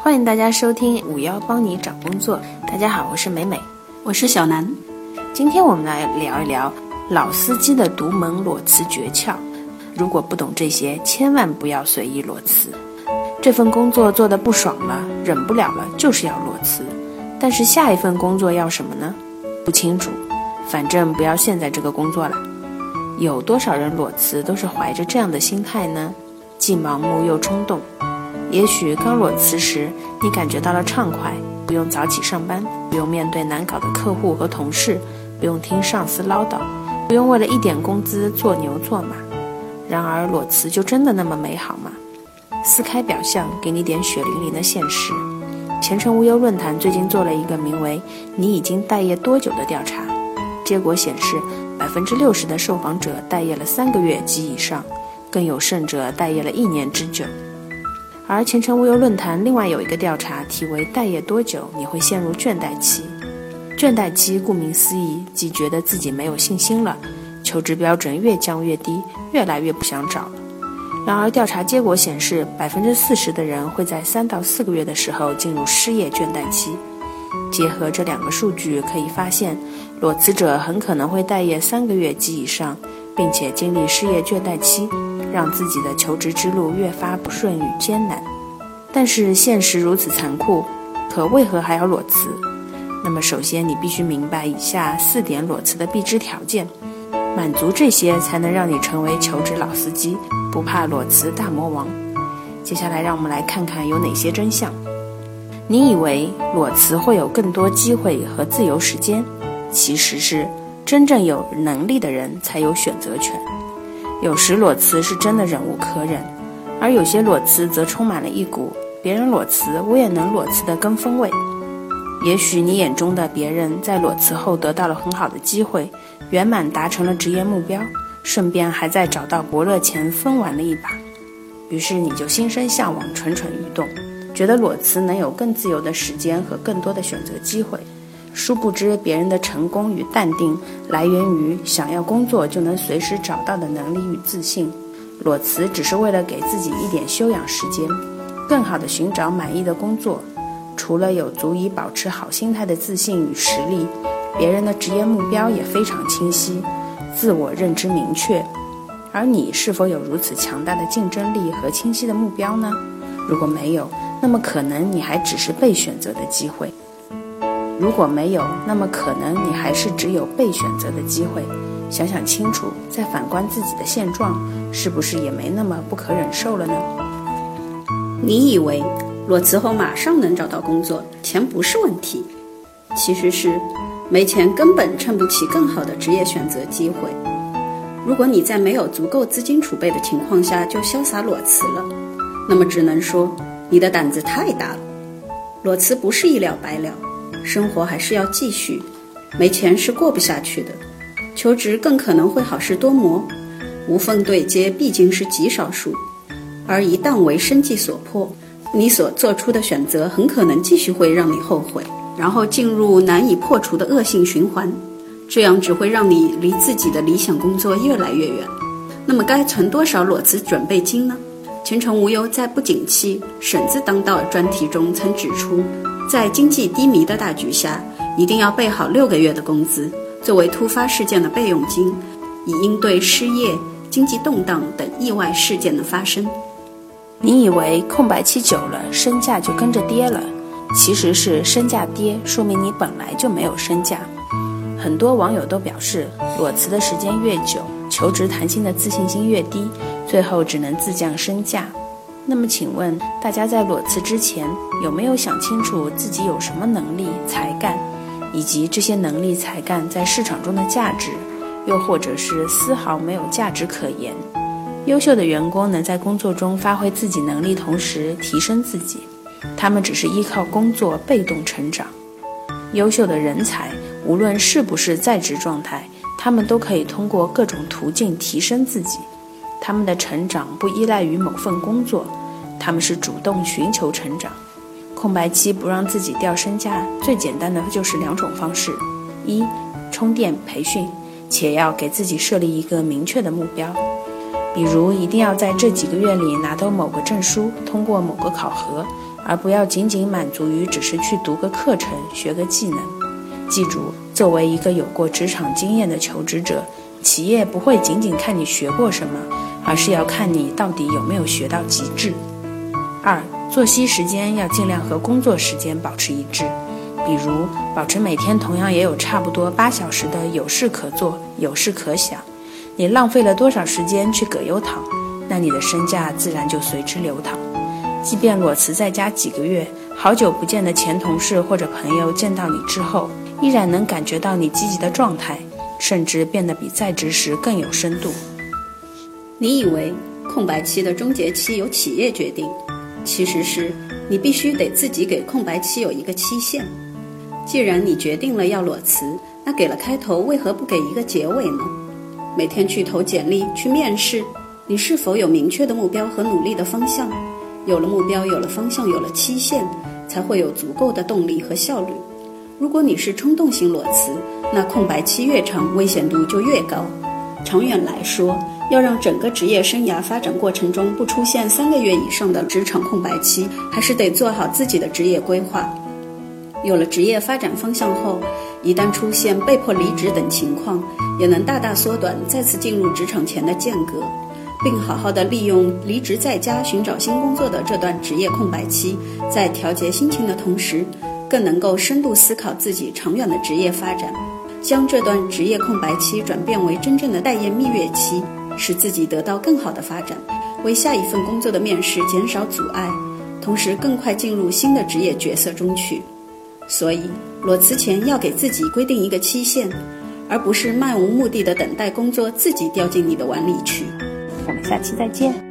欢迎大家收听51帮你找工作。大家好，我是美美， 我是小南。 今天我们来聊一聊老司机的独门裸辞诀窍。如果不懂这些，千万不要随意裸辞。这份工作做得不爽了，忍不了了，就是要裸辞。但是下一份工作要什么呢？不清楚，反正不要现在这个工作了。有多少人裸辞都是怀着这样的心态呢？既盲目又冲动。也许刚裸辞时，你感觉到了畅快，不用早起上班，不用面对难搞的客户和同事，不用听上司唠叨，不用为了一点工资做牛做马。然而裸辞就真的那么美好吗？撕开表象，给你点血淋淋的现实。前程无忧论坛最近做了一个名为你已经待业多久的调查，结果显示 60% 的受访者待业了3个月及以上，更有甚者待业了1年之久。而前程无忧论坛另外有一个调查，题为待业多久你会陷入倦怠期。倦怠期顾名思义，即觉得自己没有信心了，求职标准越降越低，越来越不想找了。然而调查结果显示 40% 的人会在3到4个月的时候进入失业倦怠期。结合这2个数据可以发现，裸辞者很可能会待业3个月及以上，并且经历失业倦怠期，让自己的求职之路越发不顺与艰难。但是现实如此残酷，可为何还要裸辞？那么首先你必须明白以下4点裸辞的必知条件，满足这些才能让你成为求职老司机，不怕裸辞大魔王。接下来让我们来看看有哪些真相。你以为裸辞会有更多机会和自由时间，其实是真正有能力的人才有选择权。有时裸辞是真的忍无可忍，而有些裸辞则充满了一股别人裸辞我也能裸辞的跟风味。也许你眼中的别人在裸辞后得到了很好的机会，圆满达成了职业目标，顺便还在找到伯乐前分玩了一把，于是你就心生向往，蠢蠢欲动，觉得裸辞能有更自由的时间和更多的选择机会。殊不知别人的成功与淡定来源于想要工作就能随时找到的能力与自信，裸辞只是为了给自己一点休养时间，更好地寻找满意的工作。除了有足以保持好心态的自信与实力，别人的职业目标也非常清晰，自我认知明确。而你是否有如此强大的竞争力和清晰的目标呢？如果没有，那么可能你还只是被选择的机会。如果没有，那么可能你还是只有被选择的机会。想想清楚，再反观自己的现状，是不是也没那么不可忍受了呢？ 你以为裸辞后马上能找到工作，钱不是问题，其实是没钱根本撑不起更好的职业选择机会。如果你在没有足够资金储备的情况下就潇洒裸辞了，那么只能说你的胆子太大了。裸辞不是一了百了，生活还是要继续，没钱是过不下去的，求职更可能会好事多磨，无缝对接毕竟是极少数，而一旦为生计所迫，你所做出的选择很可能继续会让你后悔，然后进入难以破除的恶性循环，这样只会让你离自己的理想工作越来越远。那么该存多少裸辞准备金呢？前程无忧在不景气省资当道专题中曾指出，在经济低迷的大局下，一定要备好6个月的工资，作为突发事件的备用金，以应对失业、经济动荡等意外事件的发生。 你以为空白期久了，身价就跟着跌了，其实是身价跌，说明你本来就没有身价。很多网友都表示，裸辞的时间越久，求职谈薪的自信心越低，最后只能自降身价。那么请问大家在裸辞之前有没有想清楚自己有什么能力才干，以及这些能力才干在市场中的价值，又或者是丝毫没有价值可言？优秀的员工能在工作中发挥自己能力，同时提升自己，他们只是依靠工作被动成长。优秀的人才无论是不是在职状态，他们都可以通过各种途径提升自己。他们的成长不依赖于某份工作，他们是主动寻求成长。空白期不让自己掉身价，最简单的就是2种方式：一、充电培训，且要给自己设立一个明确的目标，比如一定要在这几个月里拿到某个证书，通过某个考核， 而不要仅仅满足于只是去读个课程、学个技能。记住，作为一个有过职场经验的求职者，企业不会仅仅看你学过什么，而是要看你到底有没有学到极致。2. 作息时间要尽量和工作时间保持一致，比如保持每天同样也有差不多8小时的有事可做、有事可想。你浪费了多少时间去葛优躺，那你的身价自然就随之流淌。即便裸辞在家几个月，好久不见的前同事或者朋友见到你之后，依然能感觉到你积极的状态，甚至变得比在职时更有深度。 你以为空白期的终结期由企业决定，其实是你必须得自己给空白期有一个期限。既然你决定了要裸辞，那给了开头，为何不给一个结尾呢？每天去投简历、去面试，你是否有明确的目标和努力的方向？有了目标，有了方向，有了期限，才会有足够的动力和效率。如果你是冲动型裸辞，那空白期越长，危险度就越高。长远来说，要让整个职业生涯发展过程中不出现3个月以上的职场空白期，还是得做好自己的职业规划。有了职业发展方向后，一旦出现被迫离职等情况，也能大大缩短再次进入职场前的间隔，并好好的利用离职在家寻找新工作的这段职业空白期，在调节心情的同时，更能够深度思考自己长远的职业发展，将这段职业空白期转变为真正的待业蜜月期，使自己得到更好的发展，为下一份工作的面试减少阻碍，同时更快进入新的职业角色中去。所以裸辞前要给自己规定一个期限，而不是漫无目的的等待工作自己掉进你的碗里去。 我们下期再见。